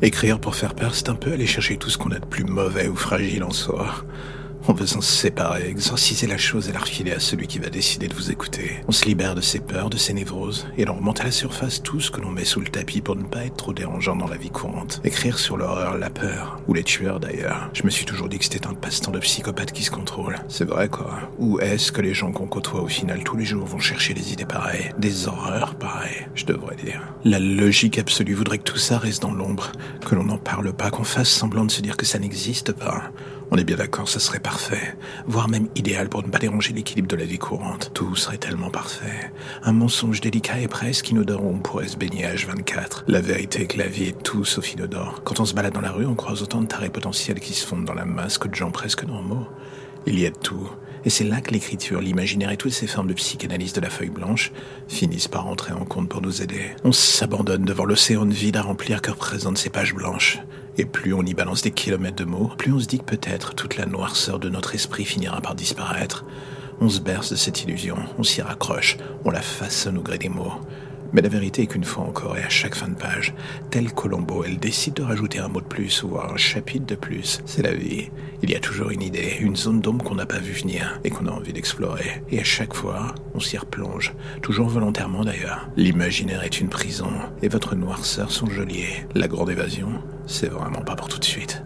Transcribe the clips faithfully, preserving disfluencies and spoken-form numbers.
Écrire pour faire peur, c'est un peu aller chercher tout ce qu'on a de plus mauvais ou fragile en soi. On veut s'en séparer, exorciser la chose et la refiler à celui qui va décider de vous écouter. On se libère de ses peurs, de ses névroses, et l'on remonte à la surface tout ce que l'on met sous le tapis pour ne pas être trop dérangeant dans la vie courante. Écrire sur l'horreur, la peur, ou les tueurs d'ailleurs. Je me suis toujours dit que c'était un passe-temps de psychopathe qui se contrôle. C'est vrai quoi. Où est-ce que les gens qu'on côtoie au final tous les jours vont chercher des idées pareilles, des horreurs pareilles, je devrais dire. La logique absolue voudrait que tout ça reste dans l'ombre, que l'on n'en parle pas, qu'on fasse semblant de se dire que ça n'existe pas. On est bien d'accord, ça serait parfait, voire même idéal pour ne pas déranger l'équilibre de la vie courante. Tout serait tellement parfait. Un mensonge délicat et presque inodore où on pourrait se baigner à H vingt-quatre. La vérité est que la vie est tout sauf inodore. Quand on se balade dans la rue, on croise autant de tarés potentiels qui se fondent dans la masse que de gens presque normaux. Il y a de tout. Et c'est là que l'écriture, l'imaginaire et toutes ces formes de psychanalyse de la feuille blanche finissent par entrer en compte pour nous aider. On s'abandonne devant l'océan de vide à remplir que représentent ces pages blanches. Et plus on y balance des kilomètres de mots, plus on se dit que peut-être toute la noirceur de notre esprit finira par disparaître. On se berce de cette illusion, on s'y raccroche, on la façonne au gré des mots. Mais la vérité est qu'une fois encore et à chaque fin de page, tel Colombo, elle décide de rajouter un mot de plus, voire un chapitre de plus. C'est la vie. Il y a toujours une idée, une zone d'ombre qu'on n'a pas vu venir et qu'on a envie d'explorer. Et à chaque fois, on s'y replonge. Toujours volontairement d'ailleurs. L'imaginaire est une prison et votre noirceur son geôlier. La grande évasion, c'est vraiment pas pour tout de suite.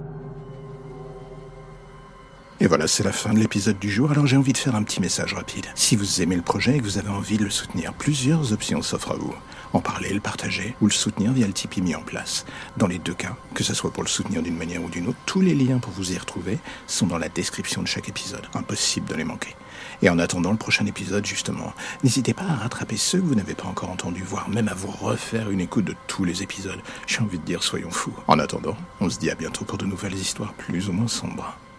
Et voilà, c'est la fin de l'épisode du jour, alors j'ai envie de faire un petit message rapide. Si vous aimez le projet et que vous avez envie de le soutenir, plusieurs options s'offrent à vous. En parler, le partager ou le soutenir via le Tipeee mis en place. Dans les deux cas, que ce soit pour le soutenir d'une manière ou d'une autre, tous les liens pour vous y retrouver sont dans la description de chaque épisode. Impossible de les manquer. Et en attendant le prochain épisode, justement, n'hésitez pas à rattraper ceux que vous n'avez pas encore entendus, voire même à vous refaire une écoute de tous les épisodes. J'ai envie de dire, soyons fous. En attendant, on se dit à bientôt pour de nouvelles histoires plus ou moins sombres.